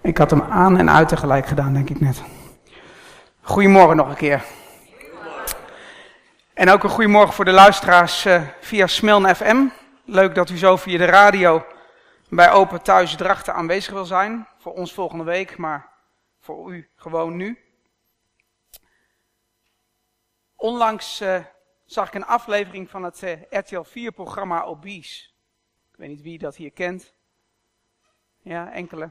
Ik had hem aan en uit tegelijk gedaan, denk ik net. Goedemorgen nog een keer. En ook een goedemorgen voor de luisteraars via Smilne FM. Leuk dat u zo via de radio bij Open Thuis Drachten aanwezig wil zijn. Voor ons volgende week, maar voor u gewoon nu. Onlangs zag ik een aflevering van het RTL 4-programma Obese. Ik weet niet wie dat hier kent. Ja, enkele.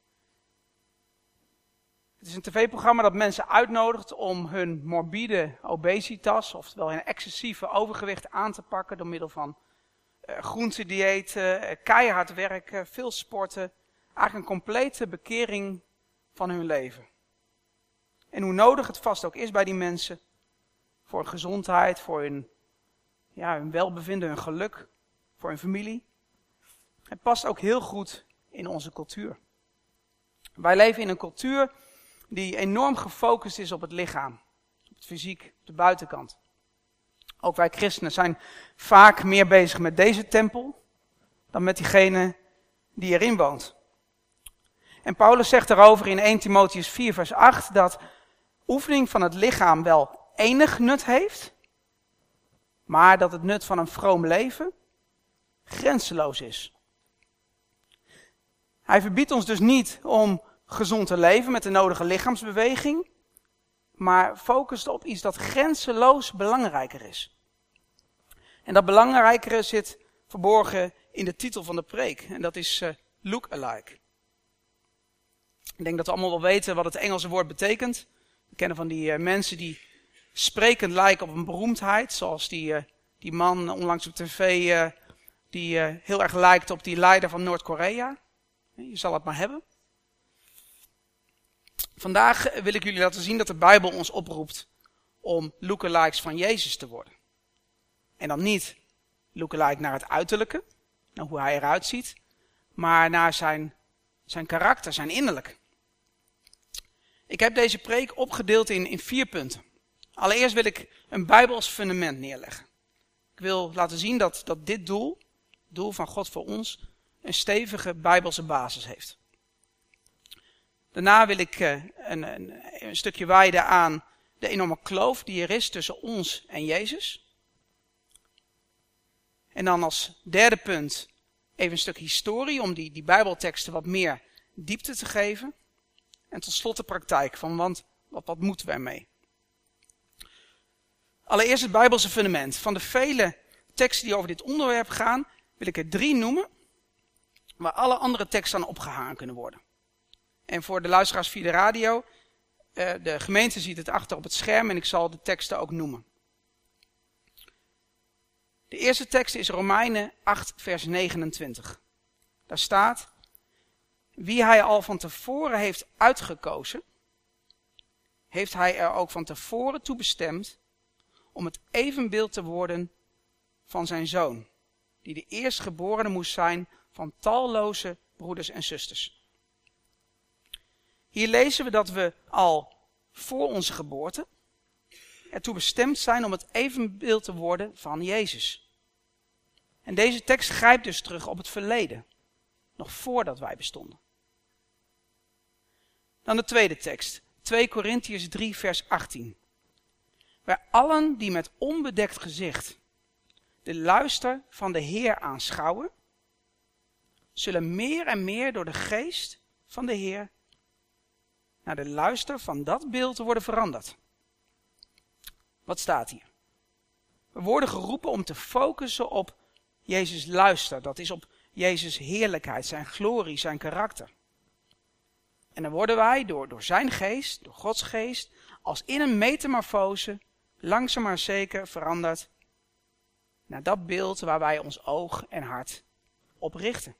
Het is een tv-programma dat mensen uitnodigt om hun morbide obesitas, oftewel hun excessieve overgewicht, aan te pakken door middel van groentediëten, keihard werken, veel sporten. Eigenlijk een complete bekering van hun leven. En hoe nodig het vast ook is bij die mensen, voor hun gezondheid, voor hun welbevinden, hun geluk, voor hun familie. Het past ook heel goed in onze cultuur. Wij leven in een cultuur die enorm gefocust is op het lichaam, op het fysiek, op de buitenkant. Ook wij christenen zijn vaak meer bezig met deze tempel dan met diegene die erin woont. En Paulus zegt daarover in 1 Timotheüs 4 vers 8 dat oefening van het lichaam wel enig nut heeft, maar dat het nut van een vroom leven grenzeloos is. Hij verbiedt ons dus niet om gezond te leven met de nodige lichaamsbeweging, maar focust op iets dat grenzeloos belangrijker is. En dat belangrijkere zit verborgen in de titel van de preek, en dat is look-alike. Ik denk dat we allemaal wel weten wat het Engelse woord betekent. We kennen van die mensen die sprekend lijken op een beroemdheid, zoals die man onlangs op tv die heel erg lijkt op die leider van Noord-Korea. Je zal het maar hebben. Vandaag wil ik jullie laten zien dat de Bijbel ons oproept om lookalikes van Jezus te worden. En dan niet lookalike naar het uiterlijke, naar hoe hij eruit ziet, maar naar zijn karakter, zijn innerlijk. Ik heb deze preek opgedeeld in 4 punten. Allereerst wil ik een Bijbels fundament neerleggen. Ik wil laten zien dat dit doel, het doel van God voor ons, een stevige Bijbelse basis heeft. Daarna wil ik een stukje wijden aan de enorme kloof die er is tussen ons en Jezus. En dan als derde punt even een stuk historie om die Bijbelteksten wat meer diepte te geven. En tot slot de praktijk want wat moeten we ermee? Allereerst het Bijbelse fundament. Van de vele teksten die over dit onderwerp gaan, wil ik er 3 noemen, waar alle andere teksten aan opgehangen kunnen worden. En voor de luisteraars via de radio, de gemeente ziet het achter op het scherm en ik zal de teksten ook noemen. De eerste tekst is Romeinen 8 vers 29. Daar staat: wie hij al van tevoren heeft uitgekozen, heeft hij er ook van tevoren toe bestemd om het evenbeeld te worden van zijn zoon, die de eerstgeborene moest zijn van talloze broeders en zusters. Hier lezen we dat we al voor onze geboorte ertoe bestemd zijn om het evenbeeld te worden van Jezus. En deze tekst grijpt dus terug op het verleden, nog voordat wij bestonden. Dan de tweede tekst, 2 Korintiërs 3 vers 18. Wij allen die met onbedekt gezicht de luister van de Heer aanschouwen, zullen meer en meer door de geest van de Heer naar de luister van dat beeld worden veranderd. Wat staat hier? We worden geroepen om te focussen op Jezus' luister. Dat is op Jezus' heerlijkheid, zijn glorie, zijn karakter. En dan worden wij door zijn geest, door Gods geest, als in een metamorfose, langzaam maar zeker veranderd naar dat beeld waar wij ons oog en hart op richten.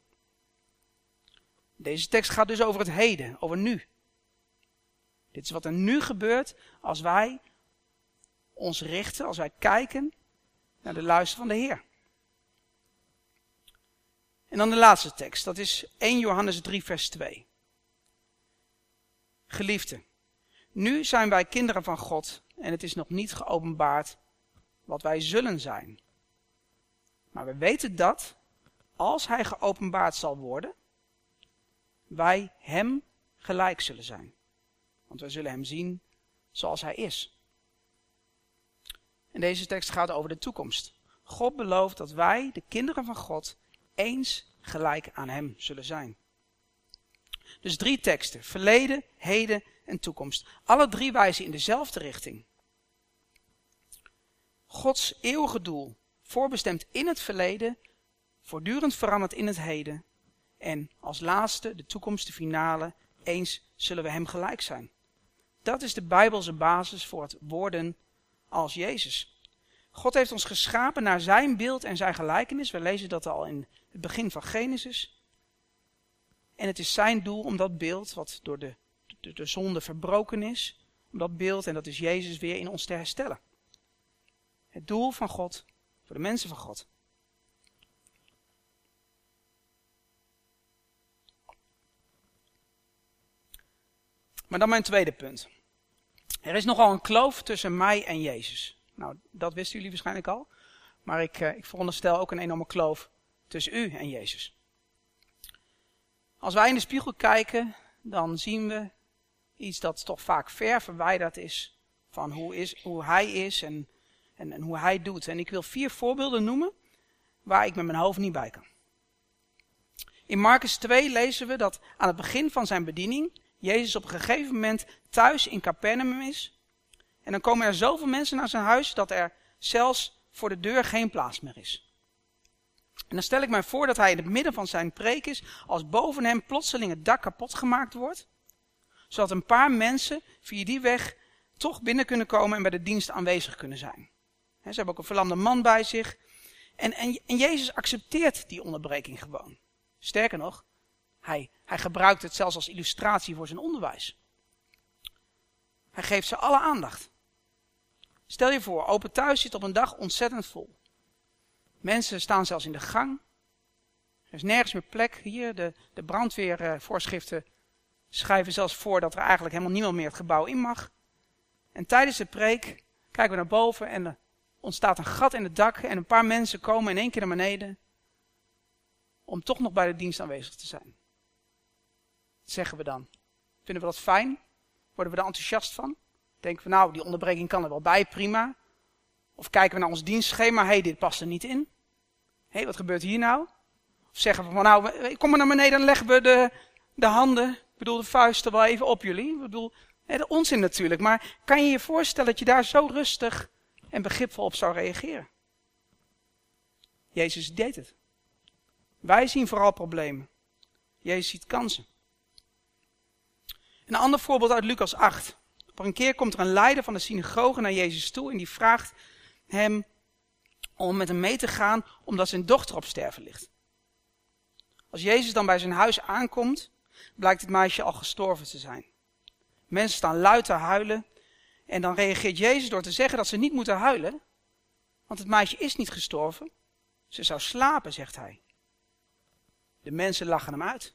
Deze tekst gaat dus over het heden, over nu. Dit is wat er nu gebeurt als wij ons richten, als wij kijken naar de luister van de Heer. En dan de laatste tekst, dat is 1 Johannes 3 vers 2. Geliefden, nu zijn wij kinderen van God en het is nog niet geopenbaard wat wij zullen zijn. Maar we weten dat, als hij geopenbaard zal worden, wij hem gelijk zullen zijn. Want wij zullen hem zien zoals hij is. En deze tekst gaat over de toekomst. God belooft dat wij, de kinderen van God, eens gelijk aan hem zullen zijn. Dus 3 teksten. Verleden, heden en toekomst. Alle 3 wijzen in dezelfde richting. Gods eeuwige doel, voorbestemd in het verleden, voortdurend veranderd in het heden. En als laatste, de toekomst, de finale, eens zullen we hem gelijk zijn. Dat is de Bijbelse basis voor het worden als Jezus. God heeft ons geschapen naar zijn beeld en zijn gelijkenis. We lezen dat al in het begin van Genesis. En het is zijn doel om dat beeld, wat door de zonde verbroken is, om dat beeld, en dat is Jezus, weer in ons te herstellen. Het doel van God, voor de mensen van God. Maar dan mijn tweede punt. Er is nogal een kloof tussen mij en Jezus. Nou, dat wisten jullie waarschijnlijk al. Maar ik veronderstel ook een enorme kloof tussen u en Jezus. Als wij in de spiegel kijken, dan zien we iets dat toch vaak ver verwijderd is van hoe hij is en hoe hij doet. En ik wil 4 voorbeelden noemen waar ik met mijn hoofd niet bij kan. In Markus 2 lezen we dat aan het begin van zijn bediening Jezus op een gegeven moment thuis in Capernaum is. En dan komen er zoveel mensen naar zijn huis dat er zelfs voor de deur geen plaats meer is. En dan stel ik mij voor dat hij in het midden van zijn preek is, als boven hem plotseling het dak kapot gemaakt wordt. Zodat een paar mensen via die weg toch binnen kunnen komen en bij de dienst aanwezig kunnen zijn. Ze hebben ook een verlamde man bij zich. En Jezus accepteert die onderbreking gewoon. Sterker nog, hij gebruikt het zelfs als illustratie voor zijn onderwijs. Hij geeft ze alle aandacht. Stel je voor, open thuis zit op een dag ontzettend vol. Mensen staan zelfs in de gang. Er is nergens meer plek. Hier, de brandweervoorschriften schrijven zelfs voor dat er eigenlijk helemaal niemand meer het gebouw in mag. En tijdens de preek kijken we naar boven en er ontstaat een gat in het dak. En een paar mensen komen in één keer naar beneden om toch nog bij de dienst aanwezig te zijn. Wat zeggen we dan? Vinden we dat fijn? Worden we er enthousiast van? Denken we, nou, die onderbreking kan er wel bij, prima. Of kijken we naar ons dienstschema, dit past er niet in. Wat gebeurt hier nou? Of zeggen we van, nou, kom maar naar beneden en leggen we de handen, ik bedoel de vuisten wel even op jullie. Ik bedoel, de onzin natuurlijk. Maar kan je je voorstellen dat je daar zo rustig en begripvol op zou reageren? Jezus deed het. Wij zien vooral problemen. Jezus ziet kansen. Een ander voorbeeld uit Lucas 8. Op een keer komt er een leider van de synagoge naar Jezus toe en die vraagt hem om met hem mee te gaan omdat zijn dochter op sterven ligt. Als Jezus dan bij zijn huis aankomt, blijkt het meisje al gestorven te zijn. Mensen staan luid te huilen en dan reageert Jezus door te zeggen dat ze niet moeten huilen, want het meisje is niet gestorven. Ze zou slapen, zegt hij. De mensen lachen hem uit.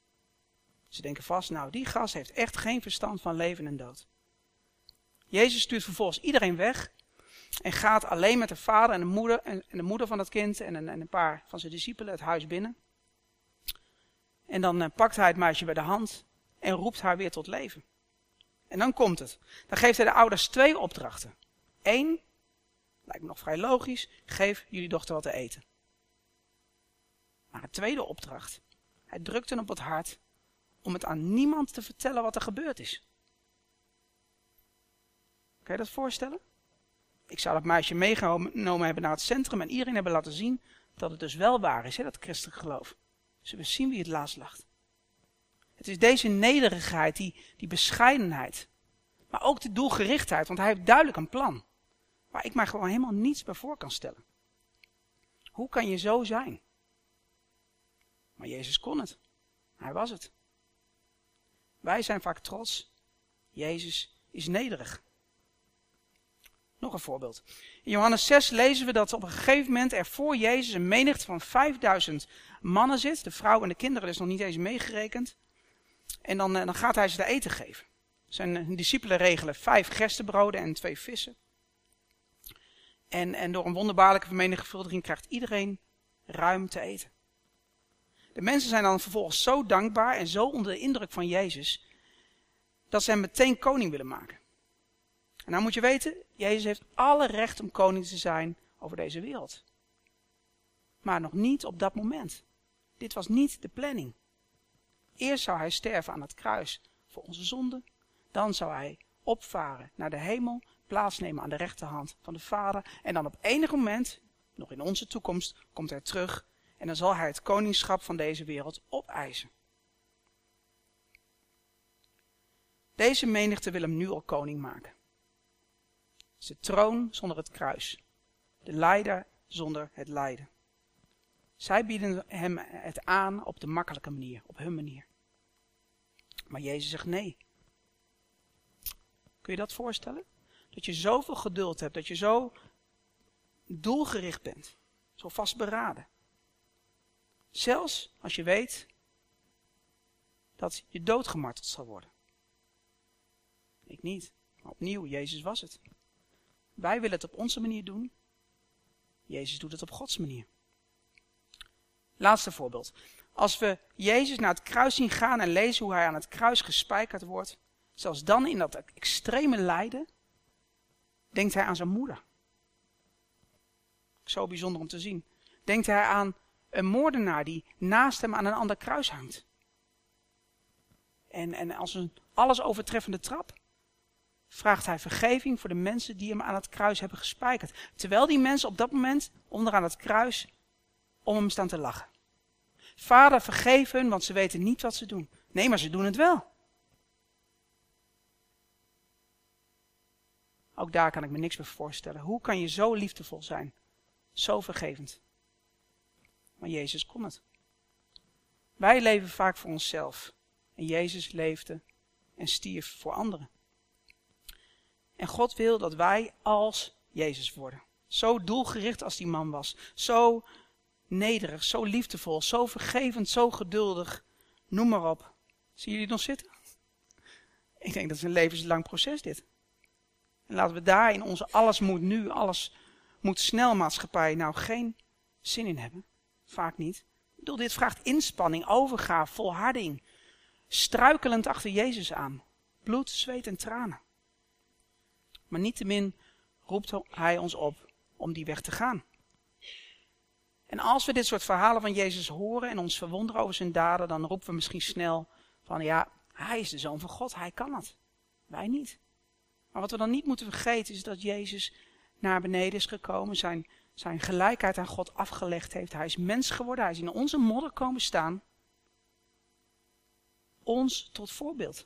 Ze denken vast, nou, die gast heeft echt geen verstand van leven en dood. Jezus stuurt vervolgens iedereen weg en gaat alleen met de vader en de moeder van het kind en een paar van zijn discipelen het huis binnen. En dan pakt hij het meisje bij de hand en roept haar weer tot leven. En dan komt het. Dan geeft hij de ouders 2 opdrachten. 1, lijkt me nog vrij logisch, geef jullie dochter wat te eten. Maar een tweede opdracht. Hij drukt hen op het hart om het aan niemand te vertellen wat er gebeurd is. Kan je dat voorstellen? Ik zou dat meisje meegenomen hebben naar het centrum en iedereen hebben laten zien dat het dus wel waar is, dat christelijk geloof. Zullen we zien wie het laatst lacht. Het is deze nederigheid, die bescheidenheid, maar ook de doelgerichtheid, want hij heeft duidelijk een plan, waar ik mij gewoon helemaal niets bij voor kan stellen. Hoe kan je zo zijn? Maar Jezus kon het. Hij was het. Wij zijn vaak trots. Jezus is nederig. Nog een voorbeeld. In Johannes 6 lezen we dat op een gegeven moment er voor Jezus een menigte van 5000 mannen zit. De vrouwen en de kinderen is nog niet eens meegerekend. En dan gaat hij ze te eten geven. Zijn discipelen regelen 5 gerstebroden en 2 vissen. En door een wonderbaarlijke vermenigvuldiging krijgt iedereen ruim te eten. De mensen zijn dan vervolgens zo dankbaar en zo onder de indruk van Jezus, dat ze hem meteen koning willen maken. En nou moet je weten, Jezus heeft alle recht om koning te zijn over deze wereld. Maar nog niet op dat moment. Dit was niet de planning. Eerst zou hij sterven aan het kruis voor onze zonden. Dan zou hij opvaren naar de hemel, plaatsnemen aan de rechterhand van de Vader. En dan op enig moment, nog in onze toekomst, komt hij terug. En dan zal hij het koningschap van deze wereld opeisen. Deze menigte wil hem nu al koning maken. Het is de troon zonder het kruis. De leider zonder het lijden. Zij bieden hem het aan op de makkelijke manier, op hun manier. Maar Jezus zegt nee. Kun je dat voorstellen? Dat je zoveel geduld hebt, dat je zo doelgericht bent, zo vastberaden. Zelfs als je weet dat je doodgemarteld zal worden. Ik niet, maar opnieuw, Jezus was het. Wij willen het op onze manier doen. Jezus doet het op Gods manier. Laatste voorbeeld. Als we Jezus naar het kruis zien gaan en lezen hoe hij aan het kruis gespijkerd wordt, zelfs dan in dat extreme lijden, denkt hij aan zijn moeder. Zo bijzonder om te zien. Denkt hij aan een moordenaar die naast hem aan een ander kruis hangt. En als een alles overtreffende trap vraagt hij vergeving voor de mensen die hem aan het kruis hebben gespijkerd. Terwijl die mensen op dat moment onderaan het kruis om hem staan te lachen. Vader, vergeef hun, want ze weten niet wat ze doen. Nee, maar ze doen het wel. Ook daar kan ik me niks meer voorstellen. Hoe kan je zo liefdevol zijn? Zo vergevend. Maar Jezus kon het. Wij leven vaak voor onszelf. En Jezus leefde en stierf voor anderen. En God wil dat wij als Jezus worden. Zo doelgericht als die man was. Zo nederig, zo liefdevol, zo vergevend, zo geduldig. Noem maar op. Zien jullie nog zitten? Ik denk dat het een levenslang proces dit. En laten we daar in onze alles moet nu, alles moet snel maatschappij nou geen zin in hebben. Vaak niet. Ik bedoel, dit vraagt inspanning, overgave, volharding. Struikelend achter Jezus aan. Bloed, zweet en tranen. Maar niettemin roept hij ons op om die weg te gaan. En als we dit soort verhalen van Jezus horen en ons verwonderen over zijn daden, dan roepen we misschien snel van ja, hij is de Zoon van God, hij kan het. Wij niet. Maar wat we dan niet moeten vergeten is dat Jezus naar beneden is gekomen, zijn gelijkheid aan God afgelegd heeft. Hij is mens geworden, hij is in onze modder komen staan. Ons tot voorbeeld.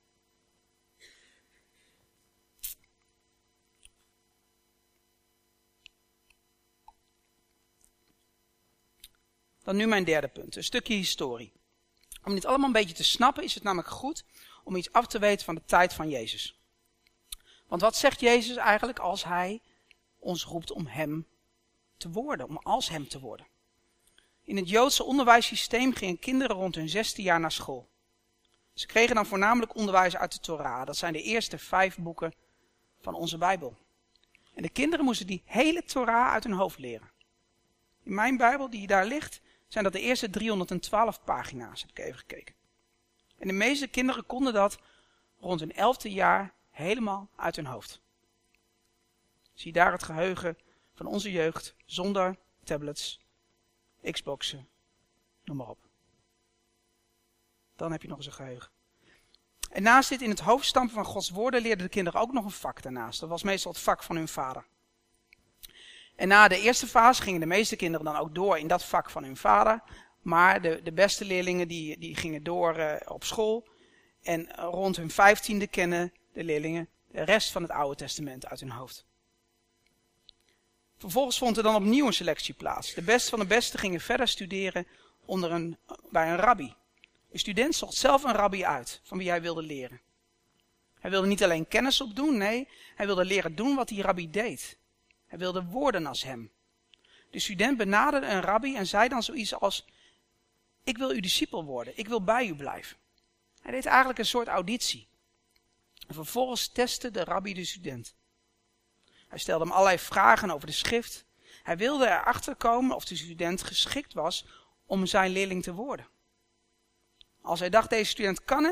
Dan nu mijn derde punt, een stukje historie. Om dit allemaal een beetje te snappen is het namelijk goed om iets af te weten van de tijd van Jezus. Want wat zegt Jezus eigenlijk als hij ons roept om hem te worden, om als hem te worden? In het Joodse onderwijssysteem gingen kinderen rond hun 6e jaar naar school. Ze kregen dan voornamelijk onderwijs uit de Torah. Dat zijn de eerste 5 boeken van onze Bijbel. En de kinderen moesten die hele Torah uit hun hoofd leren. In mijn Bijbel, die daar ligt, zijn dat de eerste 312 pagina's, heb ik even gekeken. En de meeste kinderen konden dat rond hun 11e jaar helemaal uit hun hoofd. Zie daar het geheugen van onze jeugd zonder tablets, Xboxen, noem maar op. Dan heb je nog eens een geheugen. En naast dit in het hoofd stampen van Gods woorden leerden de kinderen ook nog een vak daarnaast. Dat was meestal het vak van hun vader. En na de eerste fase gingen de meeste kinderen dan ook door in dat vak van hun vader. Maar de beste leerlingen die gingen door op school. En rond hun 15e kennen de leerlingen de rest van het Oude Testament uit hun hoofd. Vervolgens vond er dan opnieuw een selectie plaats. De beste van de beste gingen verder studeren bij een rabbi. Een student zocht zelf een rabbi uit van wie hij wilde leren. Hij wilde niet alleen kennis opdoen, nee, hij wilde leren doen wat die rabbi deed. Hij wilde worden als hem. De student benaderde een rabbi en zei dan zoiets als: ik wil uw discipel worden, ik wil bij u blijven. Hij deed eigenlijk een soort auditie. En vervolgens testte de rabbi de student. Hij stelde hem allerlei vragen over de schrift. Hij wilde erachter komen of de student geschikt was om zijn leerling te worden. Als hij dacht, deze student kan het,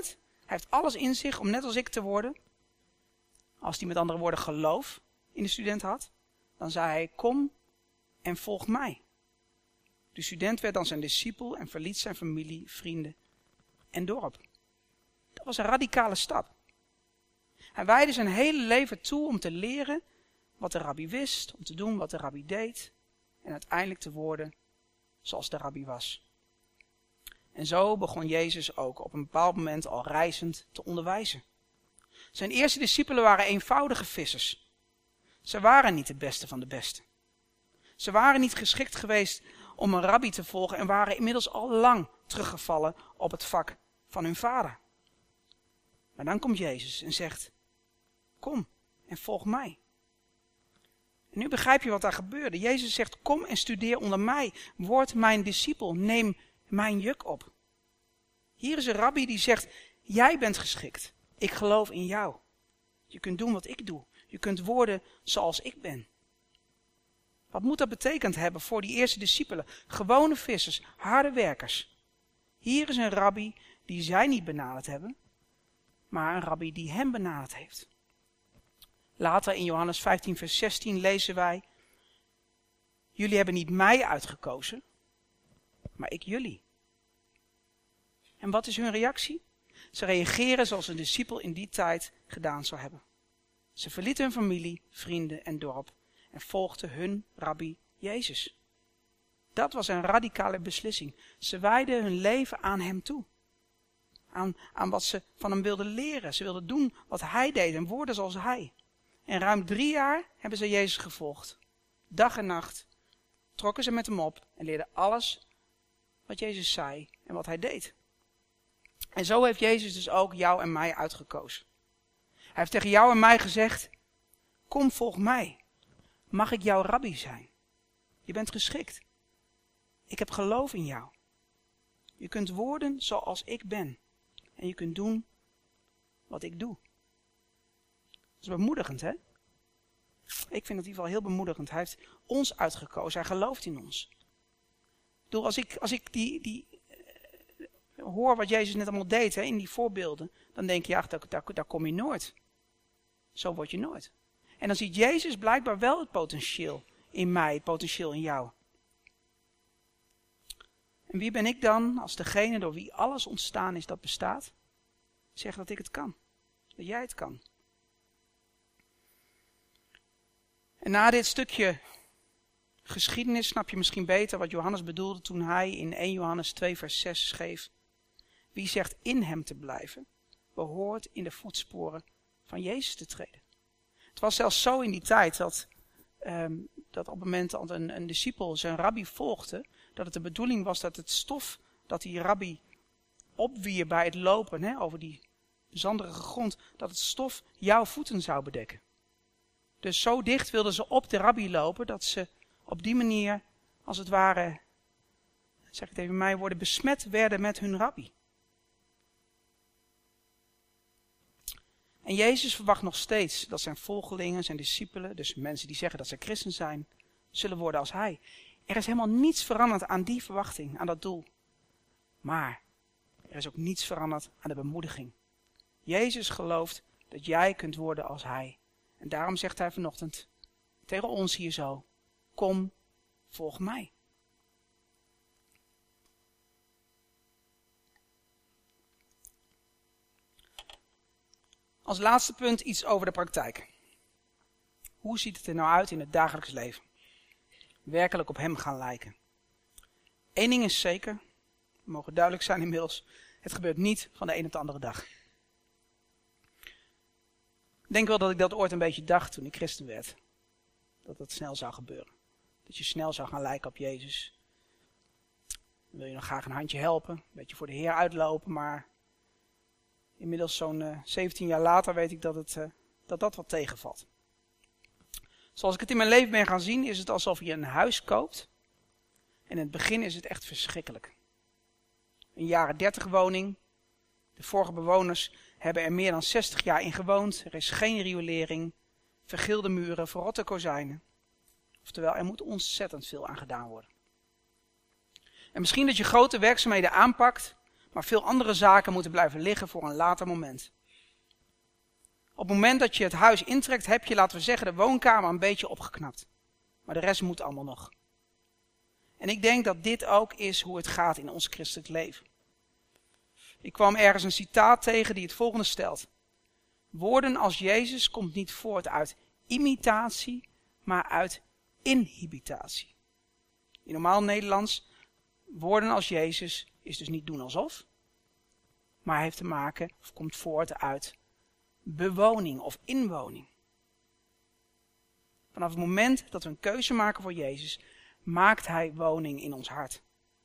Hij heeft alles in zich om net als ik te worden. Als hij met andere woorden geloof in de student had, dan zei hij, kom en volg mij. De student werd dan zijn discipel en verliet zijn familie, vrienden en dorp. Dat was een radicale stap. Hij wijde zijn hele leven toe om te leren wat de rabbi wist, om te doen wat de rabbi deed en uiteindelijk te worden zoals de rabbi was. En zo begon Jezus ook op een bepaald moment al reizend te onderwijzen. Zijn eerste discipelen waren eenvoudige vissers. Ze waren niet de beste van de beste. Ze waren niet geschikt geweest om een rabbi te volgen en waren inmiddels al lang teruggevallen op het vak van hun vader. Maar dan komt Jezus en zegt, kom en volg mij. En nu begrijp je wat daar gebeurde. Jezus zegt, kom en studeer onder mij. Word mijn discipel. Neem mijn juk op. Hier is een rabbi die zegt, jij bent geschikt. Ik geloof in jou. Je kunt doen wat ik doe. Je kunt worden zoals ik ben. Wat moet dat betekend hebben voor die eerste discipelen? Gewone vissers, harde werkers. Hier is een rabbi die zij niet benaderd hebben, maar een rabbi die hem benaderd heeft. Later in Johannes 15 vers 16 lezen wij, jullie hebben niet mij uitgekozen, maar ik jullie. En wat is hun reactie? Ze reageren zoals een discipel in die tijd gedaan zou hebben. Ze verlieten hun familie, vrienden en dorp en volgden hun rabbi Jezus. Dat was een radicale beslissing. Ze wijden hun leven aan hem toe. Aan wat ze van hem wilden leren. Ze wilden doen wat hij deed en worden zoals hij. En ruim 3 jaar hebben ze Jezus gevolgd. Dag en nacht trokken ze met hem op en leerden alles wat Jezus zei en wat hij deed. En zo heeft Jezus dus ook jou en mij uitgekozen. Hij heeft tegen jou en mij gezegd, kom volg mij. Mag ik jouw rabbi zijn? Je bent geschikt. Ik heb geloof in jou. Je kunt worden zoals ik ben. En je kunt doen wat ik doe. Dat is bemoedigend, hè? Ik vind het in ieder geval heel bemoedigend. Hij heeft ons uitgekozen. Hij gelooft in ons. Ik bedoel, als ik hoor wat Jezus net allemaal deed, hè, in die voorbeelden, dan denk je, ach, daar kom je nooit. Zo word je nooit. En dan ziet Jezus blijkbaar wel het potentieel in mij, het potentieel in jou. En wie ben ik dan als degene door wie alles ontstaan is dat bestaat? Zeg dat ik het kan. Dat jij het kan. En na dit stukje geschiedenis snap je misschien beter wat Johannes bedoelde toen hij in 1 Johannes 2 vers 6 schreef. Wie zegt in hem te blijven, behoort in de voetsporen van Jezus te treden. Het was zelfs zo in die tijd dat op het moment dat een discipel zijn rabbi volgde, dat het de bedoeling was dat het stof dat die rabbi opwierp bij het lopen over die zanderige grond, dat het stof jouw voeten zou bedekken. Dus zo dicht wilden ze op de rabbi lopen, dat ze op die manier, als het ware, zeg ik het even in mijn woorden, besmet werden met hun rabbi. En Jezus verwacht nog steeds dat zijn volgelingen, zijn discipelen, dus mensen die zeggen dat ze christen zijn, zullen worden als hij. Er is helemaal niets veranderd aan die verwachting, aan dat doel. Maar er is ook niets veranderd aan de bemoediging. Jezus gelooft dat jij kunt worden als hij. En daarom zegt hij vanochtend tegen ons hier zo, kom, volg mij. Als laatste punt iets over de praktijk. Hoe ziet het er nou uit in het dagelijks leven? Werkelijk op hem gaan lijken. Eén ding is zeker, we mogen duidelijk zijn inmiddels, het gebeurt niet van de een op de andere dag. Ik denk wel dat ik dat ooit een beetje dacht toen ik christen werd. Dat dat snel zou gebeuren. Dat je snel zou gaan lijken op Jezus. Dan wil je nog graag een handje helpen, een beetje voor de Heer uitlopen, maar inmiddels zo'n 17 jaar later weet ik dat wat tegenvalt. Zoals ik het in mijn leven ben gaan zien, is het alsof je een huis koopt. En in het begin is het echt verschrikkelijk. Een jaren 30 woning. De vorige bewoners hebben er meer dan 60 jaar in gewoond. Er is geen riolering, vergilde muren, verrotte kozijnen. Oftewel, er moet ontzettend veel aan gedaan worden. En misschien dat je grote werkzaamheden aanpakt, maar veel andere zaken moeten blijven liggen voor een later moment. Op het moment dat je het huis intrekt, heb je, laten we zeggen, de woonkamer een beetje opgeknapt. Maar de rest moet allemaal nog. En ik denk dat dit ook is hoe het gaat in ons christelijk leven. Ik kwam ergens een citaat tegen die het volgende stelt. Woorden als Jezus komt niet voort uit imitatie, maar uit inhibitatie. In normaal Nederlands, woorden als Jezus is dus niet doen alsof, maar heeft te maken, of komt voort uit bewoning of inwoning. Vanaf het moment dat we een keuze maken voor Jezus, maakt Hij woning in ons hart.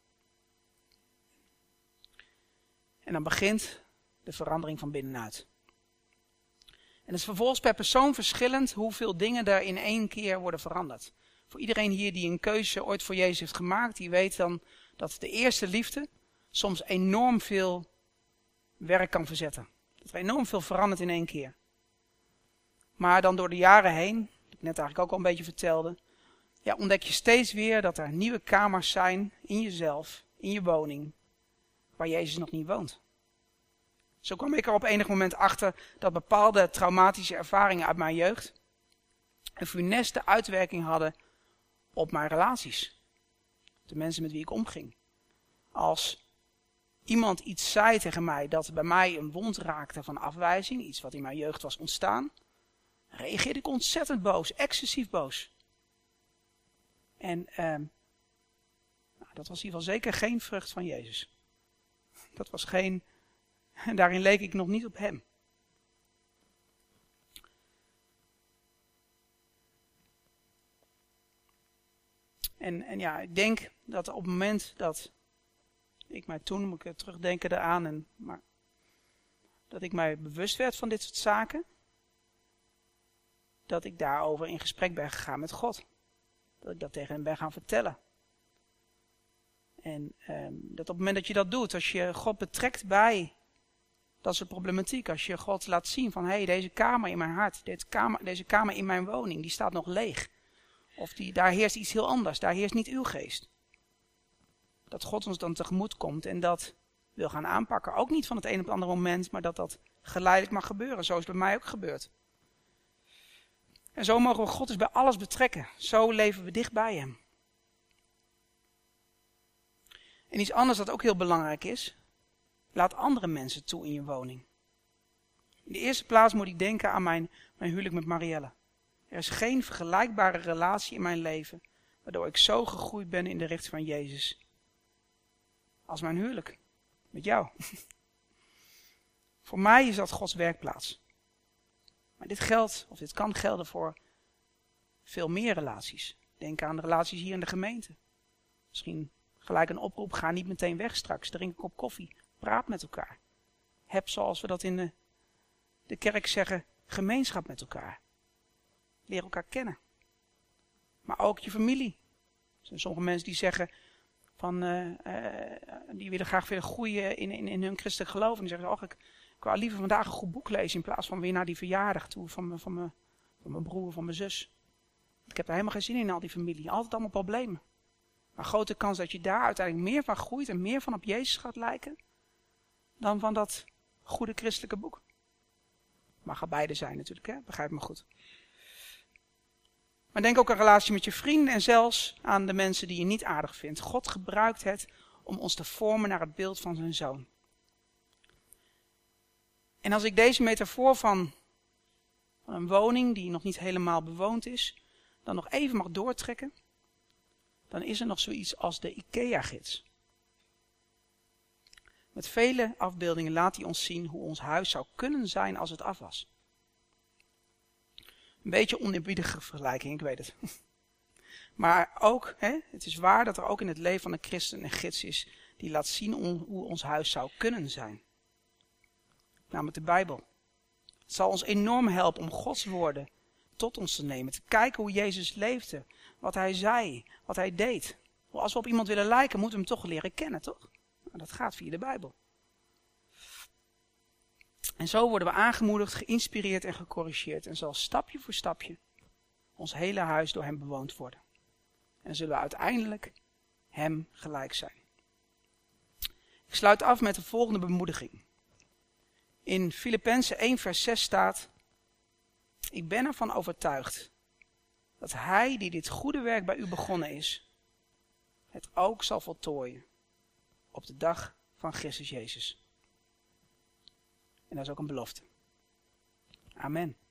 En dan begint de verandering van binnenuit. En het is vervolgens per persoon verschillend hoeveel dingen er in één keer worden veranderd. Voor iedereen hier die een keuze ooit voor Jezus heeft gemaakt, die weet dan dat de eerste liefde soms enorm veel werk kan verzetten. Dat er enorm veel verandert in één keer. Maar dan door de jaren heen, wat ik net eigenlijk ook al een beetje vertelde, ja, ontdek je steeds weer dat er nieuwe kamers zijn in jezelf, in je woning, waar Jezus nog niet woont. Zo kwam ik er op enig moment achter dat bepaalde traumatische ervaringen uit mijn jeugd een funeste uitwerking hadden op mijn relaties. De mensen met wie ik omging. Als iemand iets zei tegen mij dat bij mij een wond raakte van afwijzing, iets wat in mijn jeugd was ontstaan, reageerde ik ontzettend boos, excessief boos. En dat was in ieder geval zeker geen vrucht van Jezus. Dat was geen, daarin leek ik nog niet op Hem. En ja, ik denk dat op het moment dat ik mij toen, moet ik terugdenken eraan, maar dat ik mij bewust werd van dit soort zaken, dat ik daarover in gesprek ben gegaan met God. Dat ik dat tegen hem ben gaan vertellen. En dat op het moment dat je dat doet, als je God betrekt bij dat soort problematiek, als je God laat zien van, hé, deze kamer in mijn hart, deze kamer in mijn woning, die staat nog leeg. Of daar heerst iets heel anders, daar heerst niet uw geest. Dat God ons dan tegemoet komt en dat wil gaan aanpakken. Ook niet van het een op het andere moment, maar dat geleidelijk mag gebeuren. Zo is het bij mij ook gebeurd. En zo mogen we God dus bij alles betrekken. Zo leven we dicht bij Hem. En iets anders dat ook heel belangrijk is. Laat andere mensen toe in je woning. In de eerste plaats moet ik denken aan mijn huwelijk met Marielle. Er is geen vergelijkbare relatie in mijn leven waardoor ik zo gegroeid ben in de richting van Jezus als mijn huwelijk met jou. Voor mij is dat Gods werkplaats. Maar dit kan gelden voor veel meer relaties. Denk aan de relaties hier in de gemeente. Misschien gelijk een oproep, ga niet meteen weg straks. Drink een kop koffie, praat met elkaar. Heb, zoals we dat in de kerk zeggen, gemeenschap met elkaar. Leer elkaar kennen. Maar ook je familie. Er zijn sommige mensen die zeggen, die willen graag weer groeien in hun christelijk geloof. En die zeggen, ik wou liever vandaag een goed boek lezen in plaats van weer naar die verjaardag toe van mijn broer, van mijn zus. Ik heb daar helemaal geen zin in al die familie. Altijd allemaal problemen. Maar grote kans dat je daar uiteindelijk meer van groeit en meer van op Jezus gaat lijken dan van dat goede christelijke boek. Mag er beide zijn natuurlijk, hè? Begrijp me goed. Maar denk ook aan relatie met je vrienden en zelfs aan de mensen die je niet aardig vindt. God gebruikt het om ons te vormen naar het beeld van zijn Zoon. En als ik deze metafoor van een woning die nog niet helemaal bewoond is, dan nog even mag doortrekken, dan is er nog zoiets als de IKEA-gids. Met vele afbeeldingen laat hij ons zien hoe ons huis zou kunnen zijn als het af was. Een beetje oneerbiedige vergelijking, ik weet het. Maar ook, het is waar dat er ook in het leven van een christen een gids is die laat zien hoe ons huis zou kunnen zijn. Namelijk de Bijbel. Het zal ons enorm helpen om Gods woorden tot ons te nemen. Te kijken hoe Jezus leefde, wat hij zei, wat hij deed. Als we op iemand willen lijken, moeten we hem toch leren kennen, toch? Nou, dat gaat via de Bijbel. En zo worden we aangemoedigd, geïnspireerd en gecorrigeerd. En zal stapje voor stapje ons hele huis door hem bewoond worden. En zullen we uiteindelijk hem gelijk zijn. Ik sluit af met de volgende bemoediging. In Filippenzen 1 vers 6 staat: ik ben ervan overtuigd dat hij die dit goede werk bij u begonnen is, het ook zal voltooien op de dag van Christus Jezus. En dat is ook een belofte. Amen.